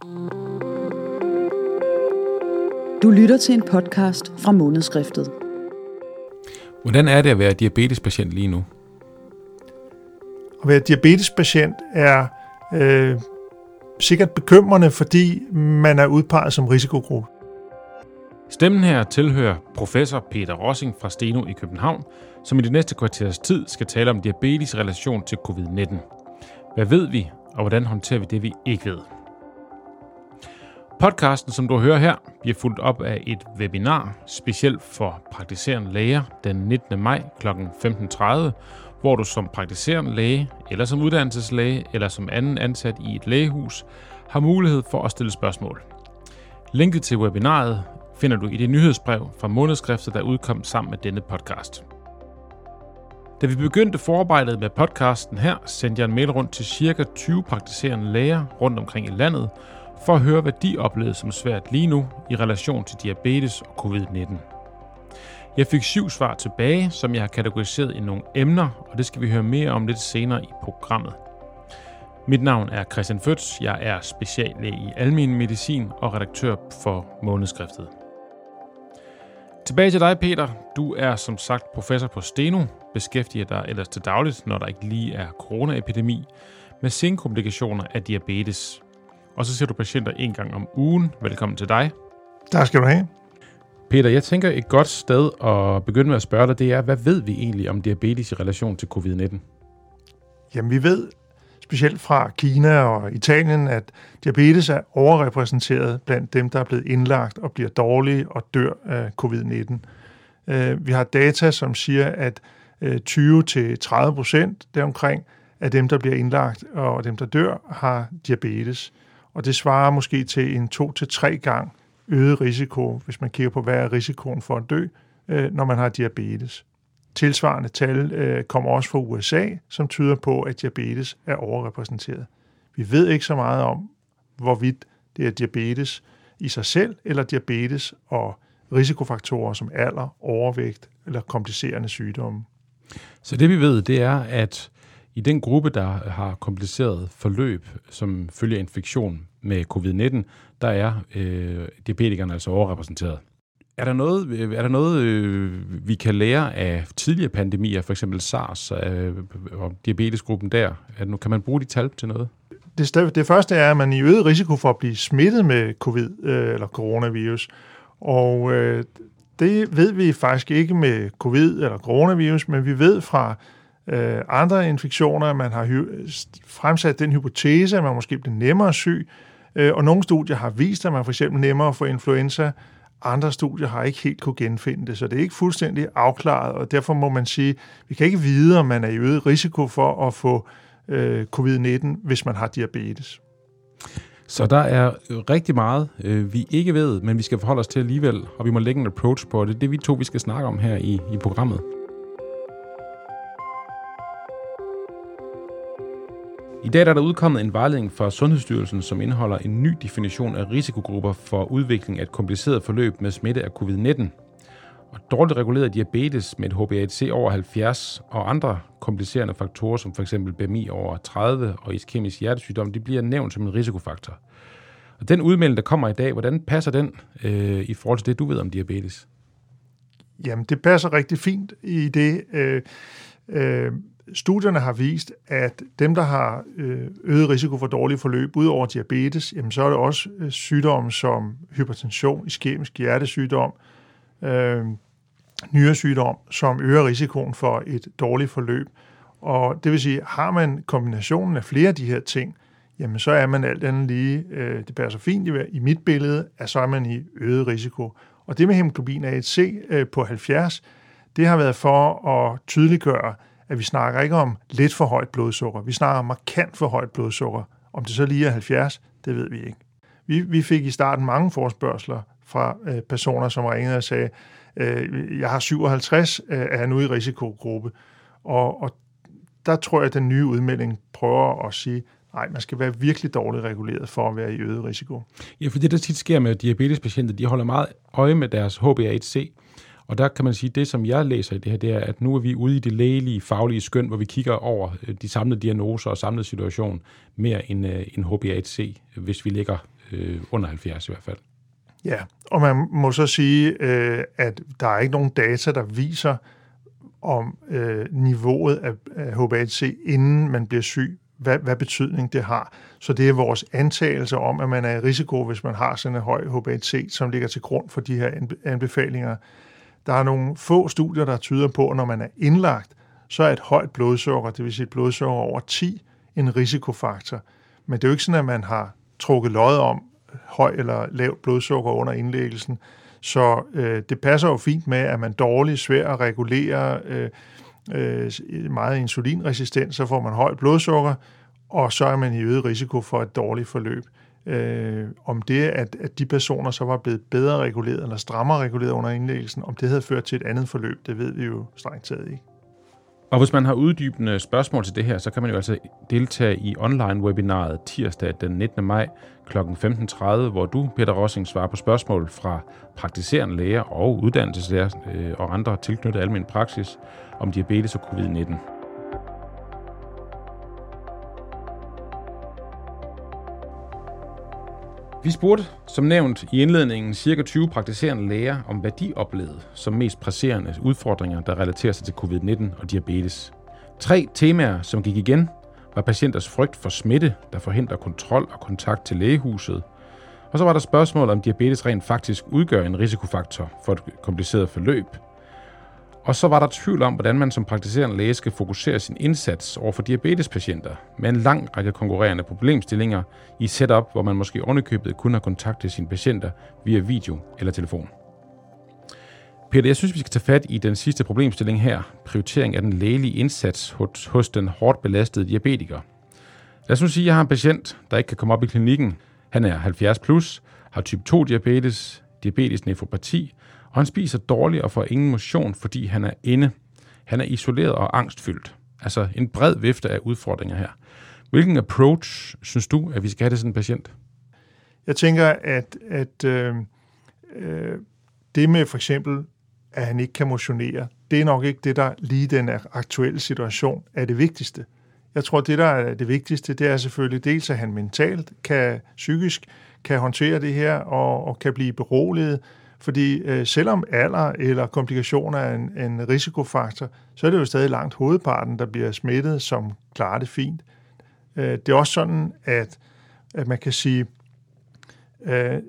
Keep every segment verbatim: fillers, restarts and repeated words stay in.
Du lytter til en podcast fra Månedskriftet. Hvordan er det at være diabetespatient lige nu? At være diabetespatient er øh, sikkert bekymrende, fordi man er udpeget som risikogruppe. Stemmen her tilhører professor Peter Rossing fra Steno i København, som i det næste kvarters tid skal tale om diabetes i relation til covid nitten. Hvad ved vi, og hvordan håndterer vi det, vi ikke ved? Podcasten, som du hører her, bliver fulgt op af et webinar, specielt for praktiserende læger, den nittende maj kl. femten tredive, hvor du som praktiserende læge, eller som uddannelseslæge, eller som anden ansat i et lægehus, har mulighed for at stille spørgsmål. Linket til webinaret finder du i det nyhedsbrev fra Månedskriftet, der udkom sammen med denne podcast. Da vi begyndte forarbejdet med podcasten her, sendte jeg en mail rundt til cirka tyve praktiserende læger rundt omkring i landet, for at høre, hvad de oplevede som svært lige nu i relation til diabetes og covid nitten. Jeg fik syv svar tilbage, som jeg har kategoriseret i nogle emner, og det skal vi høre mere om lidt senere i programmet. Mit navn er Christian Føtz, jeg er speciallæge i almen medicin og redaktør for Månedskriftet. Tilbage til dig, Peter. Du er som sagt professor på Steno, beskæftiger dig ellers til dagligt, når der ikke lige er coronaepidemi, med senkomplikationer af diabetes. Og så ser du patienter en gang om ugen. Velkommen til dig. Tak skal du have. Peter, jeg tænker et godt sted at begynde med at spørge dig, det er, hvad ved vi egentlig om diabetes i relation til covid nitten? Jamen vi ved, specielt fra Kina og Italien, at diabetes er overrepræsenteret blandt dem, der er blevet indlagt og bliver dårlige og dør af covid nitten. Vi har data, som siger, at tyve til tredive procent deromkring af dem, der bliver indlagt og dem, der dør, har diabetes. Og det svarer måske til en to til tre gang øget risiko, hvis man kigger på, hvad er risikoen for at dø, når man har diabetes. Tilsvarende tal kommer også fra U S A, som tyder på, at diabetes er overrepræsenteret. Vi ved ikke så meget om, hvorvidt det er diabetes i sig selv, eller diabetes og risikofaktorer som alder, overvægt eller komplicerende sygdomme. Så det vi ved, det er, at i den gruppe, der har kompliceret forløb, som følger infektion med covid nitten, der er øh, diabetikerne altså overrepræsenteret. Er der noget, er der noget øh, vi kan lære af tidligere pandemier, f.eks. SARS øh, og diabetesgruppen der? Er, kan man bruge de tal til noget? Det, det første er, at man er i øget risiko for at blive smittet med covid øh, eller coronavirus. Og øh, det ved vi faktisk ikke med covid eller coronavirus, men vi ved fra øh, andre infektioner, at man har hy- fremsat den hypotese, at man måske bliver nemmere syg. Øh, og nogle studier har vist, at man for eksempel nemmere får influenza. Andre studier har ikke helt kunne genfinde det, så det er ikke fuldstændig afklaret, og derfor må man sige, at vi kan ikke vide, om man er i øget risiko for at få øh, covid nitten, hvis man har diabetes. Så der er rigtig meget, øh, vi ikke ved, men vi skal forholde os til alligevel, og vi må lægge en approach på det. Det er det, vi to, vi skal snakke om her i, i programmet. I dag er der udkommet en vejledning fra Sundhedsstyrelsen, som indeholder en ny definition af risikogrupper for udvikling af et kompliceret forløb med smitte af covid nitten. Og dårligt reguleret diabetes med et H b A one C over halvfjerds og andre komplicerende faktorer, som f.eks. B M I over tredive og iskemisk hjertesygdom, de bliver nævnt som en risikofaktor. Og den udmelding, der kommer i dag, hvordan passer den øh, i forhold til det, du ved om diabetes? Jamen, det passer rigtig fint i det. Øh, øh, Studierne har vist, at dem, der har øget risiko for dårlige forløb ud over diabetes, jamen så er det også sygdomme som hypertension, iskemisk hjertesygdom, øh, nyresygdom, som øger risikoen for et dårligt forløb. Og det vil sige, har man kombinationen af flere af de her ting, jamen så er man alt andet lige, øh, det passer fint i mit billede, at så er man i øget risiko. Og det med hemoglobin A one C øh, på halvfjerds, det har været for at tydeliggøre, at vi snakker ikke om lidt for højt blodsukker. Vi snakker om markant for højt blodsukker. Om det så lige er halvfjerds, det ved vi ikke. Vi, vi fik i starten mange forespørgsler fra øh, personer, som ringede og sagde, øh, jeg har syvoghalvtreds, øh, er jeg nu i risikogruppe. Og, og der tror jeg, at den nye udmelding prøver at sige, nej, man skal være virkelig dårligt reguleret for at være i øget risiko. Ja, for det, der tit sker med diabetespatienter, de holder meget øje med deres H b A one C, Og der kan man sige, at det, som jeg læser i det her, det er, at nu er vi ude i det lægelige, faglige skøn, hvor vi kigger over de samlede diagnoser og samlede situation mere end en H b A one C, hvis vi ligger øh, under halvfjerds i hvert fald. Ja, og man må så sige, øh, at der er ikke nogen data, der viser om øh, niveauet af, af H b A one C, inden man bliver syg, hvad, hvad betydning det har. Så det er vores antagelse om, at man er i risiko, hvis man har sådan en høj H b A one C, som ligger til grund for de her anbefalinger. Der er nogle få studier, der tyder på, at når man er indlagt, så er et højt blodsukker, det vil sige et blodsukker over ti, en risikofaktor. Men det er jo ikke sådan, at man har trukket lod om høj eller lavt blodsukker under indlæggelsen. Så øh, det passer jo fint med, at man dårligt, svær at regulere, øh, øh, meget insulinresistent, så får man højt blodsukker, og så er man i øget risiko for et dårligt forløb. Øh, om det, at, at de personer så var blevet bedre reguleret eller strammere reguleret under indlæggelsen, om det havde ført til et andet forløb, det ved vi jo strengt taget ikke. Og hvis man har uddybende spørgsmål til det her, så kan man jo altså deltage i online-webinaret tirsdag den nittende maj klokken femten tredive, hvor du, Peter Rossing, svarer på spørgsmål fra praktiserende læger og uddannelseslæger øh, og andre tilknyttet almen praksis om diabetes og covid nitten. Vi spurgte, som nævnt i indledningen, cirka tyve praktiserende læger om, hvad de oplevede som mest presserende udfordringer, der relaterer sig til covid nitten og diabetes. Tre temaer, som gik igen, var patienters frygt for smitte, der forhindrer kontrol og kontakt til lægehuset. Og så var der spørgsmål, om diabetes rent faktisk udgør en risikofaktor for et kompliceret forløb. Og så var der tvivl om, hvordan man som praktiserende læge skal fokusere sin indsats over for diabetespatienter med en lang række konkurrerende problemstillinger i setup, hvor man måske ovenikøbet kun har kontakt til sine patienter via video eller telefon. Peter, jeg synes, vi skal tage fat i den sidste problemstilling her, prioritering af den lægelige indsats hos, hos den hårdt belastede diabetiker. Lad os nu sige, at jeg har en patient, der ikke kan komme op i klinikken. Han er halvfjerds plus, har type to diabetes, diabetes nefropati, og han spiser dårligt og får ingen motion, fordi han er inde. Han er isoleret og angstfyldt. Altså en bred vifte af udfordringer her. Hvilken approach synes du, at vi skal have til sådan en patient? Jeg tænker, at, at øh, øh, det med for eksempel, at han ikke kan motionere, det er nok ikke det, der lige i den aktuelle situation er det vigtigste. Jeg tror, det der er det vigtigste, det er selvfølgelig dels, at han mentalt, kan psykisk, kan håndtere det her og, og kan blive beroliget. Fordi øh, selvom alder eller komplikationer er en, en risikofaktor, så er det jo stadig langt hovedparten, der bliver smittet, som klarer det fint. Øh, det er også sådan, at, at man kan sige, øh,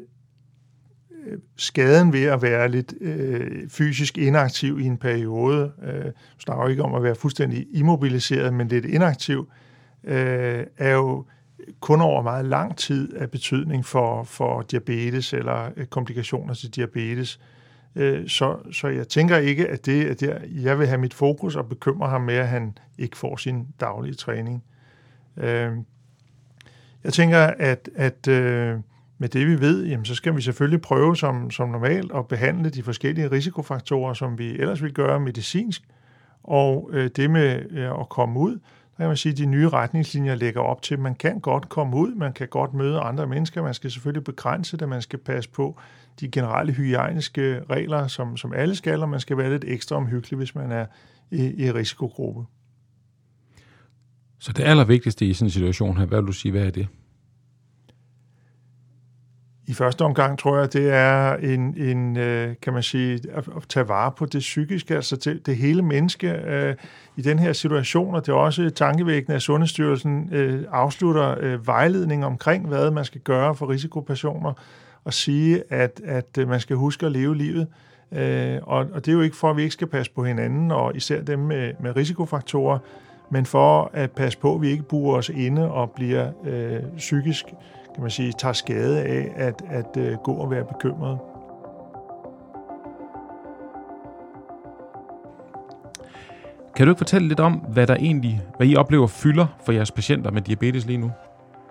skaden ved at være lidt øh, fysisk inaktiv i en periode, øh, snakker jo ikke om at være fuldstændig immobiliseret, men lidt inaktiv, øh, er jo kun over meget lang tid af betydning for, for diabetes eller komplikationer til diabetes. Så, så jeg tænker ikke, at det er der, jeg vil have mit fokus og bekymre ham med, at han ikke får sin daglige træning. Jeg tænker, at, at med det vi ved, jamen, så skal vi selvfølgelig prøve som, som normalt at behandle de forskellige risikofaktorer, som vi ellers vil gøre medicinsk. Og det med at komme ud, der kan man sige, at de nye retningslinjer lægger op til, at man kan godt komme ud, man kan godt møde andre mennesker, man skal selvfølgelig begrænse det, man skal passe på de generelle hygiejniske regler, som, som alle skal, og man skal være lidt ekstra omhyggelig, hvis man er i, i risikogruppe. Så det allervigtigste i sådan en situation her, hvad vil du sige, hvad er det? I første omgang tror jeg, det er en, en kan man sige, at tage vare på det psykiske, altså det, det hele menneske øh, i den her situation, og det er også tankevækkende, at Sundhedsstyrelsen øh, afslutter øh, vejledning omkring, hvad man skal gøre for risikopersoner, og sige, at, at man skal huske at leve livet. Øh, og, og det er jo ikke for, at vi ikke skal passe på hinanden, og især dem med, med risikofaktorer, men for at passe på, at vi ikke buer os inde og bliver øh, psykisk, kan man sige, tager skade af at, at uh, gå og være bekymret. Kan du ikke fortælle lidt om, hvad der egentlig, hvad I oplever fylder for jeres patienter med diabetes lige nu?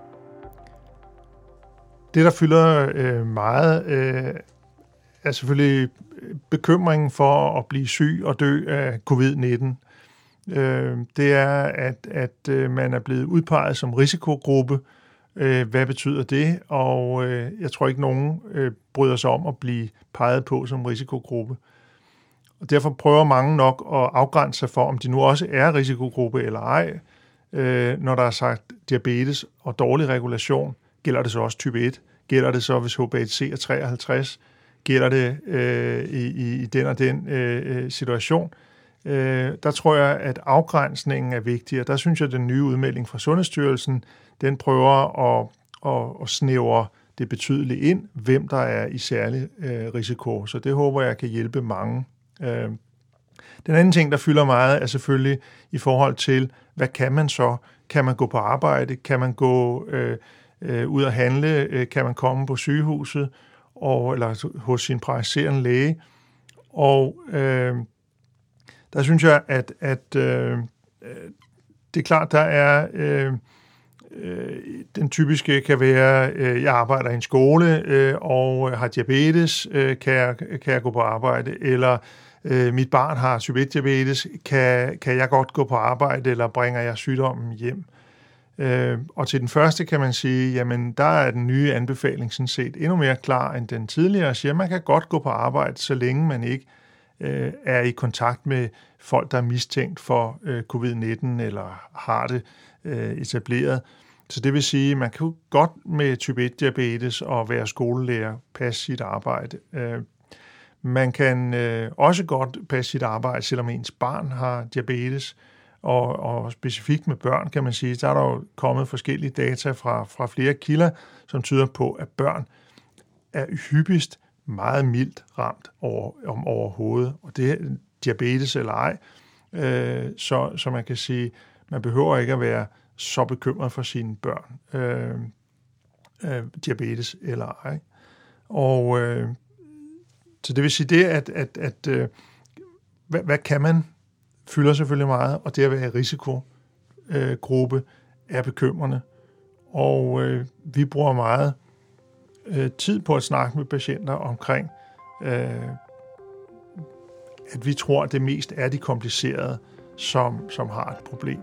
Det, der fylder øh, meget, øh, er selvfølgelig bekymringen for at blive syg og dø af covid nitten. Øh, det er, at, at øh, man er blevet udpeget som risikogruppe. Hvad betyder det? Og øh, jeg tror ikke, nogen øh, bryder sig om at blive peget på som risikogruppe. Og derfor prøver mange nok at afgrænse sig for, om de nu også er risikogruppe eller ej. Øh, når der er sagt diabetes og dårlig regulation, gælder det så også type et? Gælder det så, hvis H b A one C er treoghalvtreds? Gælder det øh, i, i den og den øh, situation? Øh, der tror jeg, at afgrænsningen er vigtig, og der synes jeg, at den nye udmelding fra Sundhedsstyrelsen, den prøver at, at, at snævre det betydeligt ind, hvem der er i særlig øh, risiko. Så det håber jeg kan hjælpe mange. Øh, den anden ting, der fylder meget, er selvfølgelig i forhold til, hvad kan man så? Kan man gå på arbejde? Kan man gå øh, øh, ud og handle? Øh, kan man komme på sygehuset? Og, eller hos sin praktiserende læge? Og øh, der synes jeg, at, at øh, det er klart, der er... Øh, Den typiske kan være, øh, jeg arbejder i en skole øh, og har diabetes, øh, kan, jeg, kan jeg gå på arbejde, eller øh, mit barn har type et diabetes, kan, kan jeg godt gå på arbejde, eller bringer jeg sygdommen hjem? Øh, og til den første kan man sige, jamen der er den nye anbefaling sådan set endnu mere klar end den tidligere, siger, man kan godt gå på arbejde, så længe man ikke øh, er i kontakt med folk, der er mistænkt for øh, covid nitten, eller har det øh, etableret. Så det vil sige, at man kan godt med type et diabetes og være skolelærer passe sit arbejde. Man kan også godt passe sit arbejde, selvom ens barn har diabetes, og, og specifikt med børn kan man sige, der er der jo kommet forskellige data fra, fra flere kilder, som tyder på, at børn er hyppigst meget mildt ramt over, om overhovedet, og det er diabetes eller ej. Så, så man kan sige, man behøver ikke at være så bekymret for sine børn, øh, øh, diabetes eller ej. Og øh, så det vil sige det, at, at, at øh, hvad, hvad kan man, fylder selvfølgelig meget, og det at være i risikogruppe øh, er bekymrende. Og øh, vi bruger meget øh, tid på at snakke med patienter omkring, øh, at vi tror, at det mest er de komplicerede, som, som har et problem.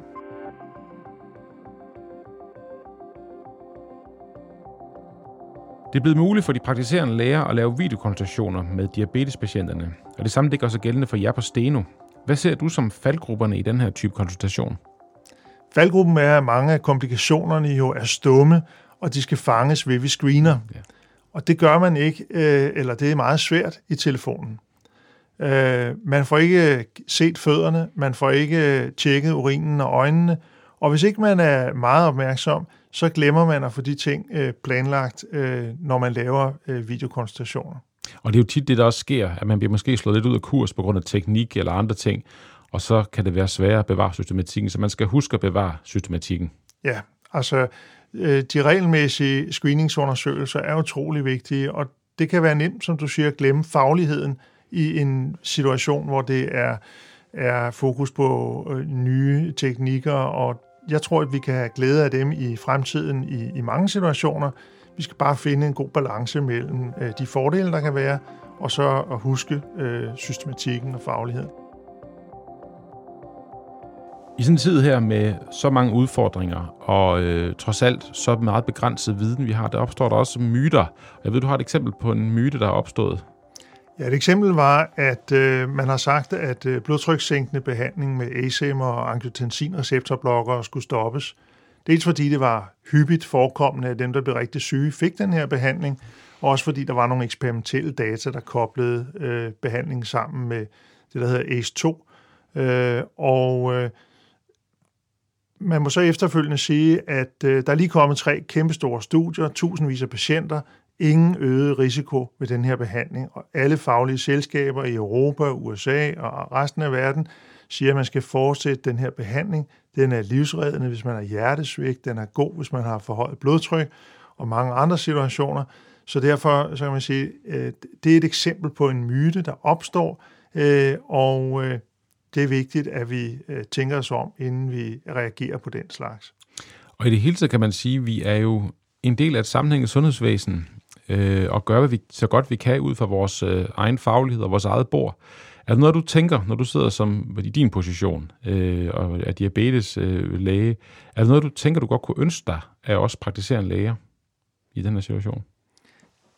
Det er blevet muligt for de praktiserende læger at lave videokonsultationer med diabetespatienterne, og det samme det gør sig gældende for jer på Steno. Hvad ser du som faldgrupperne i den her type konsultation? Faldgruppen er, at mange af komplikationerne jo er stumme, og de skal fanges ved vi screener. Ja. Og det gør man ikke, eller det er meget svært i telefonen. Man får ikke set fødderne, man får ikke tjekket urinen og øjnene, og hvis ikke man er meget opmærksom, så glemmer man at få de ting øh, planlagt, øh, når man laver øh, videokonsultationer. Og det er jo tit det, der også sker, at man bliver måske slået lidt ud af kurs på grund af teknik eller andre ting, og så kan det være sværere at bevare systematikken, så man skal huske at bevare systematikken. Ja, altså øh, de regelmæssige screeningsundersøgelser er utrolig vigtige, og det kan være nemt, som du siger, at glemme fagligheden i en situation, hvor det er, er fokus på øh, nye teknikker, og jeg tror, at vi kan have glæde af dem i fremtiden i, i mange situationer. Vi skal bare finde en god balance mellem øh, de fordele, der kan være, og så at huske øh, systematikken og fagligheden. I sådan en tid her med så mange udfordringer, og øh, trods alt så meget begrænset viden, vi har, der opstår der også myter. Jeg ved, du har et eksempel på en myte, der er opstået. Ja, et eksempel var, at øh, man har sagt, at øh, blodtrykssænkende behandling med A S E M og angiotensin-receptorblokkere skulle stoppes. Dels fordi det var hyppigt forekommende, at dem, der blev rigtig syge, fik den her behandling, og også fordi der var nogle eksperimentelle data, der koblede øh, behandlingen sammen med det, der hedder A C E to. Øh, og øh, man må så efterfølgende sige, at øh, der er lige kommet tre kæmpestore studier, tusindvis af patienter, ingen øget risiko ved den her behandling, og alle faglige selskaber i Europa, U S A og resten af verden siger, at man skal fortsætte den her behandling. Den er livsreddende, hvis man har hjertesvigt, den er god, hvis man har forhøjet blodtryk og mange andre situationer. Så derfor så kan man sige, at det er et eksempel på en myte, der opstår, og det er vigtigt, at vi tænker os om, inden vi reagerer på den slags. Og i det hele taget kan man sige, at vi er jo en del af et sammenhængende sundhedsvæsen, øh, og gør, hvad vi, så godt vi kan ud fra vores øh, egen faglighed og vores eget bord. Er det noget, du tænker, når du sidder som i din position øh, og er diabeteslæge, øh, er det noget, du tænker, du godt kunne ønske dig af os praktiserende læger i den her situation?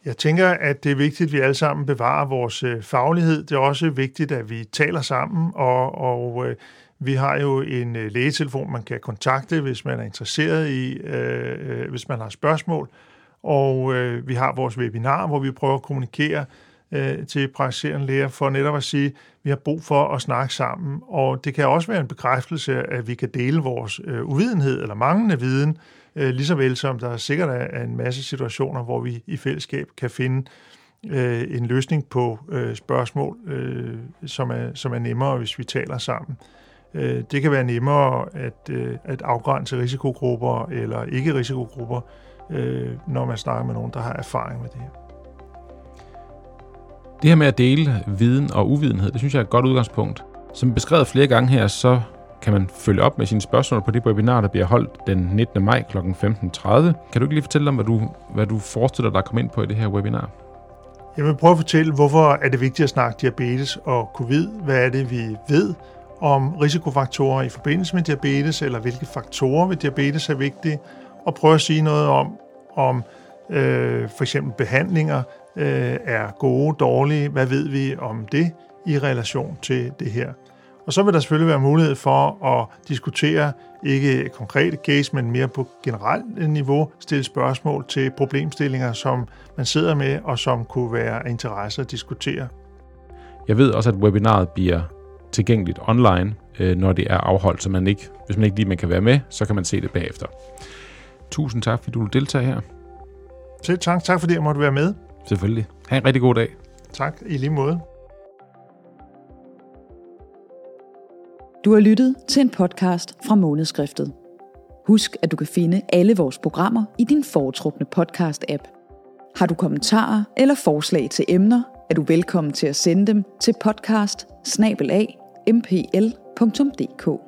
Jeg tænker, at det er vigtigt, at vi alle sammen bevarer vores øh, faglighed. Det er også vigtigt, at vi taler sammen, og, og øh, vi har jo en øh, lægetelefon, man kan kontakte, hvis man er interesseret i, øh, øh, hvis man har spørgsmål. Og øh, vi har vores webinar, hvor vi prøver at kommunikere øh, til praktiserende læger for netop at sige, at vi har brug for at snakke sammen. Og det kan også være en bekræftelse, at vi kan dele vores øh, uvidenhed eller manglende viden, øh, lige så vel som der sikkert er en masse situationer, hvor vi i fællesskab kan finde øh, en løsning på øh, spørgsmål, øh, som, er, som er nemmere, hvis vi taler sammen. Øh, det kan være nemmere at, øh, at afgrænse risikogrupper eller ikke-risikogrupper, øh, når man snakker med nogen, der har erfaring med det her. Det her med at dele viden og uvidenhed, det synes jeg er et godt udgangspunkt. Som beskrevet flere gange her, så kan man følge op med sine spørgsmål på det webinar, der bliver holdt den nittende maj klokken femten tredive. Kan du ikke lige fortælle om, hvad du, hvad du forestiller dig at komme ind på i det her webinar? Jeg vil prøve at fortælle, hvorfor er det vigtigt at snakke diabetes og covid. Hvad er det, vi ved om risikofaktorer i forbindelse med diabetes, eller hvilke faktorer ved diabetes er vigtige, og prøve at sige noget om, om øh, for eksempel behandlinger øh, er gode, dårlige. Hvad ved vi om det i relation til det her? Og så vil der selvfølgelig være mulighed for at diskutere, ikke konkrete case, men mere på generelt niveau, stille spørgsmål til problemstillinger, som man sidder med, og som kunne være af interesse at diskutere. Jeg ved også, at webinaret bliver tilgængeligt online, når det er afholdt, så man ikke, hvis man ikke lige man kan være med, så kan man se det bagefter. Tusind tak, fordi du vil deltage her. Selv tak. Tak, fordi jeg måtte være med. Selvfølgelig. Ha' en rigtig god dag. Tak, i lige måde. Du har lyttet til en podcast fra Månedskriftet. Husk, at du kan finde alle vores programmer i din foretrukne podcast-app. Har du kommentarer eller forslag til emner, er du velkommen til at sende dem til podcast bindestreg m p l punktum d k.